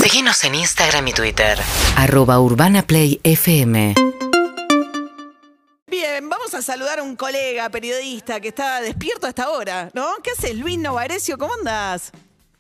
Seguinos en Instagram y Twitter. @urbanaplayfm. Bien, vamos a saludar a un colega periodista que está despierto hasta ahora, ¿no? ¿Qué haces, Luis Novarecio? ¿Cómo andás?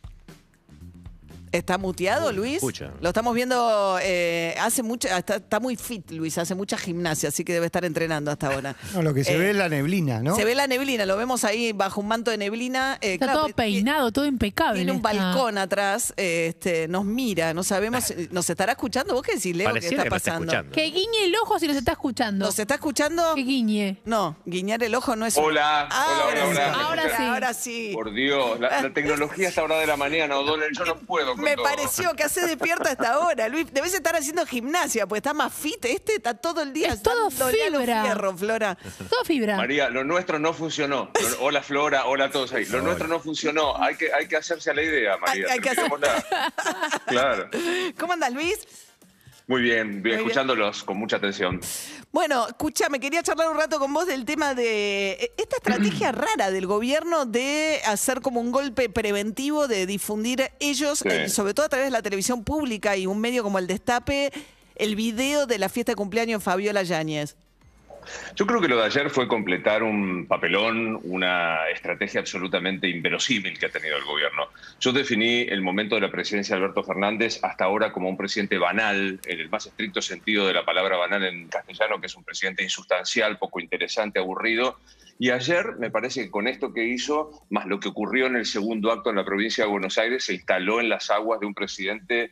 ¿Está muteado, Luis? Escucha. Lo estamos viendo, hace mucho, está muy fit, Luis, hace mucha gimnasia, así que debe estar entrenando hasta ahora. No, lo que se ve es la neblina, ¿no? Se ve la neblina, lo vemos ahí bajo un manto de neblina. Está todo peinado, todo impecable. Tiene un está. balcón atrás, nos mira, no sabemos, ¿nos estará escuchando? ¿Vos qué decís, Leo, qué Pareciera está que me está pasando? escuchando. Que guiñe el ojo si nos está escuchando. ¿Nos está escuchando? Que guiñe. No, guiñar el ojo no es... Hola, hola. Ahora sí. Ahora sí. Por Dios, la tecnología a esta hora de la mañana, O'Donnell, yo no puedo con Me todo. pareció que hace despierta hasta ahora, Luis. Debes estar haciendo gimnasia, pues está más fit. Está todo el día. Es todo dándole a los fibra. fierros, Flora. Todo fibra. María, lo nuestro no funcionó. Hola Flora, hola a todos ahí. Lo nuestro no funcionó. Hay que hacerse a la idea, María. Hay que Terminémosla. Claro. ¿Cómo andas, Luis? Muy bien, bien. escuchándolos con mucha atención. Bueno, escúchame, quería charlar un rato con vos del tema de esta estrategia rara del gobierno de hacer como un golpe preventivo, de difundir ellos, Sí. sobre todo a través de la televisión pública y un medio como el Destape, el video de la fiesta de cumpleaños de Fabiola Yáñez. Yo creo que lo de ayer fue completar un papelón, una estrategia absolutamente inverosímil que ha tenido el gobierno. Yo definí el momento de la presidencia de Alberto Fernández hasta ahora como un presidente banal, en el más estricto sentido de la palabra banal en castellano, que es un presidente insustancial, poco interesante, aburrido. Y ayer me parece que con esto que hizo, más lo que ocurrió en el segundo acto en la provincia de Buenos Aires, se instaló en las aguas de un presidente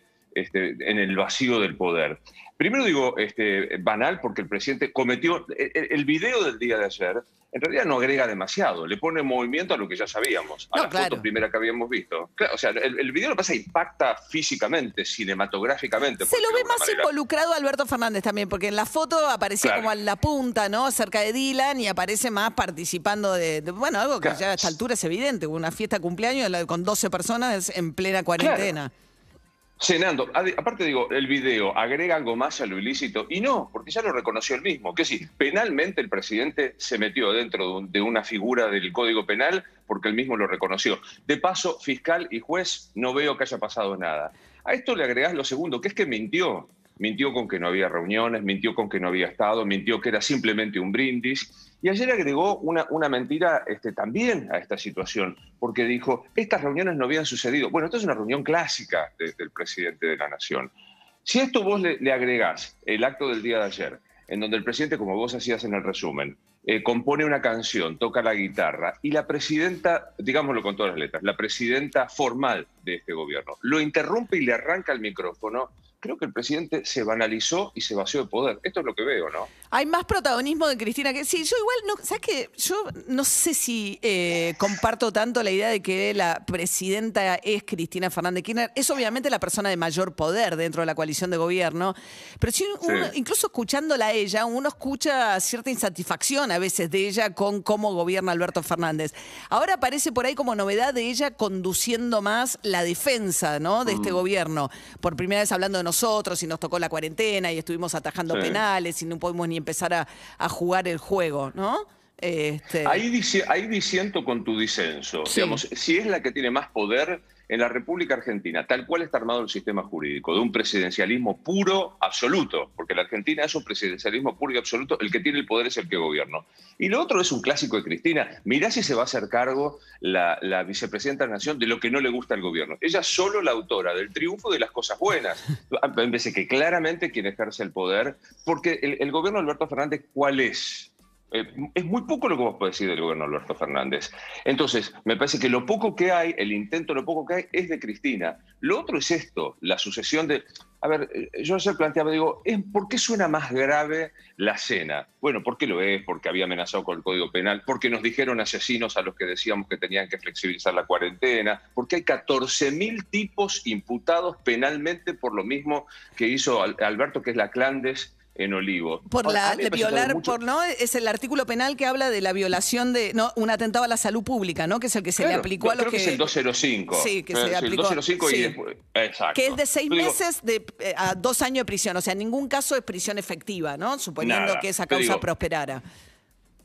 en el vacío del poder. Primero digo banal porque el presidente cometió... El video del día de ayer en realidad no agrega demasiado, le pone movimiento a lo que ya sabíamos, a No, la claro. foto primera que habíamos visto. Claro, o sea, el video lo que pasa impacta físicamente, cinematográficamente. Se por lo ve decirlo de más alguna manera. involucrado Alberto Fernández también, porque en la foto aparecía Claro. como a la punta, ¿no? Cerca de Dylan y aparece más participando de algo que Claro. ya a esta altura es evidente, una fiesta de cumpleaños con 12 personas en plena cuarentena. Cenando. Aparte digo, el video agrega algo más a lo ilícito y no, porque ya lo reconoció él mismo. Que sí, penalmente el presidente se metió dentro de una figura del Código Penal porque él mismo lo reconoció. De paso, fiscal y juez, no veo que haya pasado nada. A esto le agregás lo segundo, que es que mintió. Mintió con que no había reuniones, mintió con que no había estado, mintió que era simplemente un brindis. Y ayer agregó una mentira también a esta situación, porque dijo, estas reuniones no habían sucedido. Bueno, esto es una reunión clásica del presidente de la Nación. Si a esto vos le agregás el acto del día de ayer, en donde el presidente, como vos hacías en el resumen, compone una canción, toca la guitarra, y la presidenta, digámoslo con todas las letras, la presidenta formal de este gobierno, lo interrumpe y le arranca el micrófono, creo que el presidente se banalizó y se vació de poder. Esto es lo que veo, ¿no? Hay más protagonismo de Cristina que... Sí, yo igual, no, ¿sabes qué? Yo no sé si comparto tanto la idea de que la presidenta es Cristina Fernández de Kirchner. Es obviamente la persona de mayor poder dentro de la coalición de gobierno, pero si uno, incluso escuchándola a ella, uno escucha cierta insatisfacción a veces de ella con cómo gobierna Alberto Fernández. Ahora aparece por ahí como novedad de ella conduciendo más la defensa, ¿no?, de este gobierno. Por primera vez hablando de nosotros y nos tocó la cuarentena y estuvimos atajando penales y no podemos ni empezar a jugar el juego, ¿no? Ahí disiento con tu disenso. Sí. Digamos, si es la que tiene más poder en la República Argentina, tal cual está armado el sistema jurídico, de un presidencialismo puro, absoluto, porque la Argentina es un presidencialismo puro y absoluto, el que tiene el poder es el que gobierna. Y lo otro es un clásico de Cristina. Mirá si se va a hacer cargo la vicepresidenta de la Nación de lo que no le gusta al gobierno. Ella es solo la autora del triunfo de las cosas buenas. En vez de que claramente quien ejerce el poder, porque el gobierno de Alberto Fernández, ¿cuál es? Es muy poco lo que vos podés decir del gobierno de Alberto Fernández. Entonces, me parece que lo poco que hay, el intento, lo poco que hay, es de Cristina. Lo otro es esto, la sucesión de... A ver, yo ayer planteaba, digo, ¿por qué suena más grave la cena? Bueno, ¿por qué lo es? Porque había amenazado con el Código Penal, porque nos dijeron asesinos a los que decíamos que tenían que flexibilizar la cuarentena, porque hay 14.000 tipos imputados penalmente por lo mismo que hizo Alberto, que es la clandes en Olivo. Por Ahora, la a mí me de parece violar, mucho- por no, es el artículo penal que habla de la violación de un atentado a la salud pública, ¿no? Que es el que se le Claro, aplicó a los creo que es el 205. Sí, que se el aplicó. 205 Sí. y después. Exacto. Que es de 6 Yo digo, meses a 2 años de prisión. O sea, en ningún caso es prisión efectiva, ¿no? Suponiendo Nada. que esa Te causa digo, prosperara.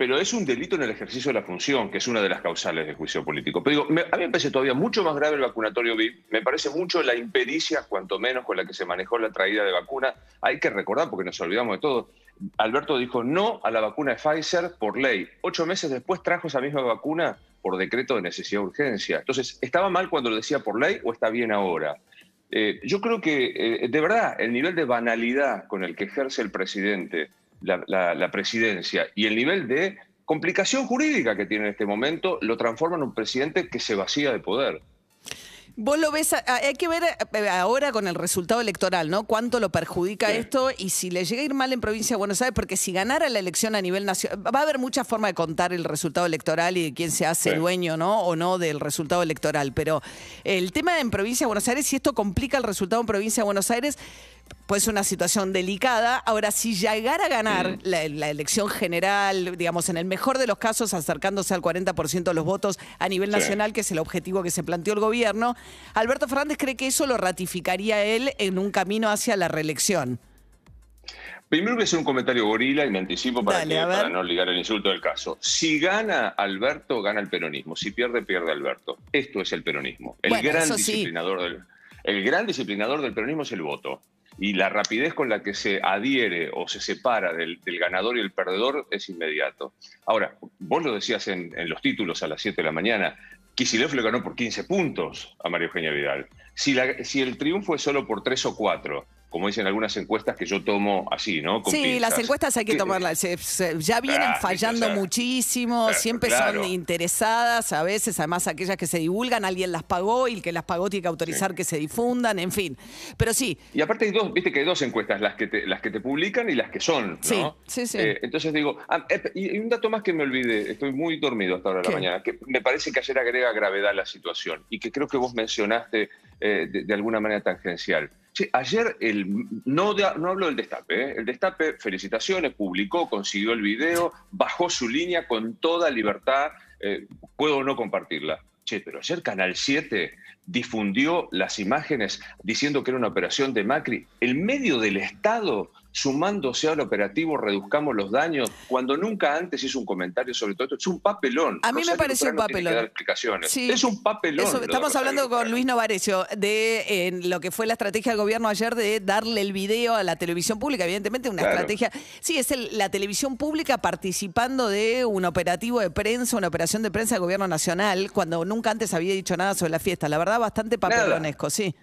pero es un delito en el ejercicio de la función, que es una de las causales del juicio político. Pero digo, a mí me parece todavía mucho más grave el vacunatorio VIP, me parece mucho la impericia, cuanto menos, con la que se manejó la traída de vacuna. Hay que recordar, porque nos olvidamos de todo, Alberto dijo no a la vacuna de Pfizer por ley. 8 meses después trajo esa misma vacuna por decreto de necesidad de urgencia. Entonces, ¿estaba mal cuando lo decía por ley o está bien ahora? Yo creo que, de verdad, el nivel de banalidad con el que ejerce el presidente la presidencia y el nivel de complicación jurídica que tiene en este momento lo transforma en un presidente que se vacía de poder. Vos lo ves, hay que ver ahora con el resultado electoral, ¿no? Cuánto lo perjudica esto y si le llega a ir mal en Provincia de Buenos Aires, porque si ganara la elección a nivel nacional, va a haber muchas formas de contar el resultado electoral y de quién se hace dueño, ¿no? O no del resultado electoral. Pero el tema en Provincia de Buenos Aires, si esto complica el resultado en Provincia de Buenos Aires, pues una situación delicada. Ahora, si llegara a ganar la elección general, digamos, en el mejor de los casos, acercándose al 40% de los votos a nivel nacional, que es el objetivo que se planteó el gobierno, Alberto Fernández cree que eso lo ratificaría él en un camino hacia la reelección. Primero voy a hacer un comentario gorila y me anticipo para no ligar el insulto del caso. Si gana Alberto, gana el peronismo. Si pierde, pierde Alberto. Esto es el peronismo. El gran disciplinador del peronismo es el voto. Y la rapidez con la que se adhiere o se separa del ganador y el perdedor es inmediato. Ahora, vos lo decías en los títulos a las 7 de la mañana, Kicillof le ganó por 15 puntos a María Eugenia Vidal. Si el triunfo es solo por 3 o 4, como dicen algunas encuestas que yo tomo así, ¿no? Con pinzas. Las encuestas hay que tomarlas. Ya vienen fallando muchísimo, siempre son interesadas, a veces, además aquellas que se divulgan, alguien las pagó y el que las pagó tiene que autorizar que se difundan, en fin. Pero sí. Y aparte hay viste que hay dos encuestas, las que te publican y las que son, ¿no? Sí. Entonces digo, y un dato más que me olvidé, estoy muy dormido hasta ahora de la mañana, que me parece que ayer agrega gravedad a la situación y que creo que vos mencionaste de alguna manera tangencial. Sí, ayer no hablo del Destape, el Destape, felicitaciones, publicó, consiguió el video, bajó su línea con toda libertad, puedo o no compartirla. Pero ayer Canal 7 difundió las imágenes diciendo que era una operación de Macri, el medio del Estado sumándose al operativo Reduzcamos los Daños, cuando nunca antes hizo un comentario sobre todo esto. Es un papelón. A mí me pareció un papelón. Tiene que dar explicaciones. Sí. Es un papelón. Estamos hablando con Luis Novarecio de lo que fue la estrategia del gobierno ayer de darle el video a la televisión pública. Evidentemente una estrategia. Sí, es la televisión pública participando de un operativo de prensa, una operación de prensa del gobierno nacional, cuando nunca antes había dicho nada sobre la fiesta. La verdad, bastante papelonesco, sí.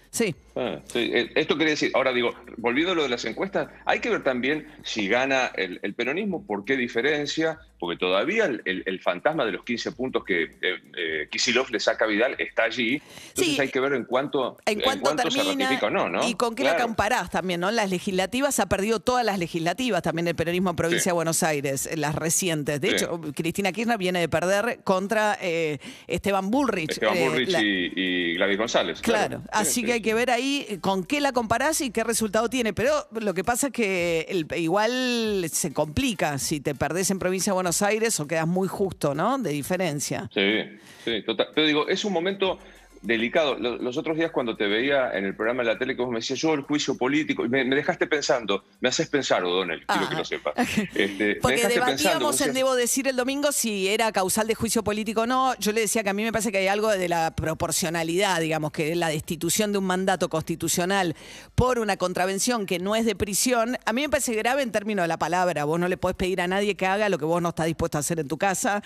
Esto quería decir, ahora digo, volviendo a lo de las encuestas, hay que ver también si gana el peronismo, por qué diferencia, porque todavía el fantasma de los 15 puntos que Kicillof le saca a Vidal está allí, entonces hay que ver en cuánto termina, se ratifica o no, ¿no? Y con qué la comparás también, ¿no? Las legislativas, ha perdido todas las legislativas también el peronismo en Provincia de Buenos Aires, las recientes. De hecho, Cristina Kirchner viene de perder contra Esteban Bullrich. Y Gladys González. Claro, así que hay que ver ahí con qué la comparás y qué resultado tiene. Pero lo que pasa es que igual se complica si te perdés en Provincia de Buenos Aires o quedas muy justo, ¿no? De diferencia. Sí, total. Pero digo, es un momento delicado. Los otros días cuando te veía en el programa de la tele que vos me decías, yo el juicio político, y me dejaste pensando, me haces pensar, O'Donnell, quiero que lo sepas. Porque debatíamos Debo decir el domingo si era causal de juicio político o no. Yo le decía que a mí me parece que hay algo de la proporcionalidad, digamos, que la destitución de un mandato constitucional por una contravención que no es de prisión, a mí me parece grave en términos de la palabra. Vos no le podés pedir a nadie que haga lo que vos no estás dispuesto a hacer en tu casa.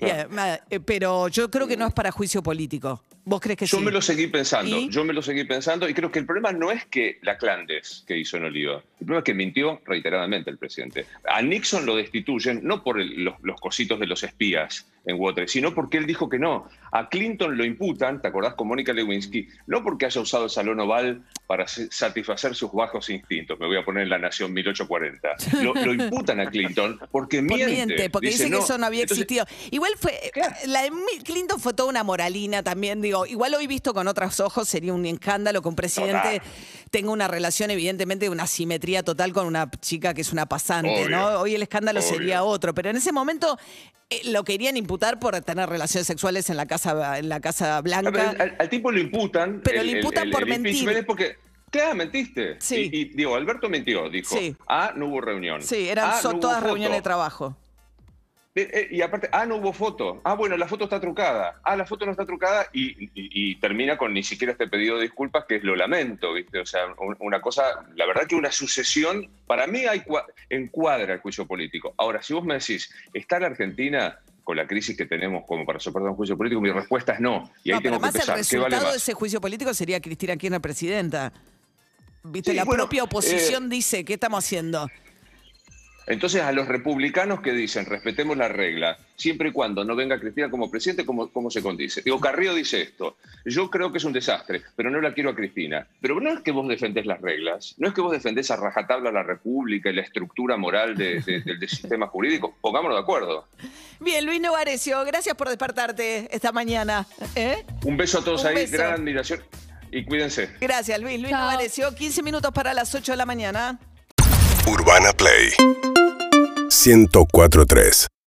Pero yo creo que no es para juicio político. ¿Vos crees que Yo me lo seguí pensando y creo que el problema no es que la Clandes que hizo en Oliva, el problema es que mintió reiteradamente el presidente. A Nixon lo destituyen no por los cositos de los espías en Watergate, sino porque él dijo que no. A Clinton lo imputan, ¿te acordás con Mónica Lewinsky? No porque haya usado el Salón Oval para satisfacer sus bajos instintos, me voy a poner en La Nación 1840. Lo imputan a Clinton porque miente. Porque dice que eso no había existido. Igual la de Clinton fue toda una moralina también, digo, igual hoy visto con otros ojos sería un escándalo que un presidente tenga una relación evidentemente de una simetría total con una chica que es una pasante, ¿no? Hoy el escándalo sería otro, pero en ese momento lo querían imputar por tener relaciones sexuales en la Casa Blanca. Al tipo lo imputan. Pero lo imputan por mentir. Es porque, claro, mentiste. Sí. Y digo, Alberto mintió, dijo. No hubo reunión. Sí, eran todas reuniones de trabajo. Y aparte, no hubo foto. Bueno, la foto está trucada. La foto no está trucada y termina con ni siquiera este pedido de disculpas, que es lo lamento, ¿viste? O sea, una cosa, la verdad que una sucesión, para mí encuadra el juicio político. Ahora, si vos me decís, ¿está la Argentina con la crisis que tenemos como para soportar un juicio político? Mi respuesta es no. Y ahí tengo que empezar. El ¿Qué vale resultado de ese juicio político sería Cristina Kirchner presidenta? ¿Viste? Sí, La propia oposición dice, ¿qué estamos haciendo? Entonces, a los republicanos que dicen, respetemos la regla, siempre y cuando no venga Cristina como presidente, ¿cómo se condice? Digo, Carrió dice esto, yo creo que es un desastre, pero no la quiero a Cristina. Pero no es que vos defendés las reglas, no es que vos defendés a rajatabla la república y la estructura moral del sistema jurídico, pongámonos de acuerdo. Bien, Luis Novarecio, gracias por despertarte esta mañana. Un beso a todos ahí, beso. gran admiración y cuídense. Gracias, Luis. Luis Novarecio, 15 minutos para las 8 de la mañana. Urbana Play 104.3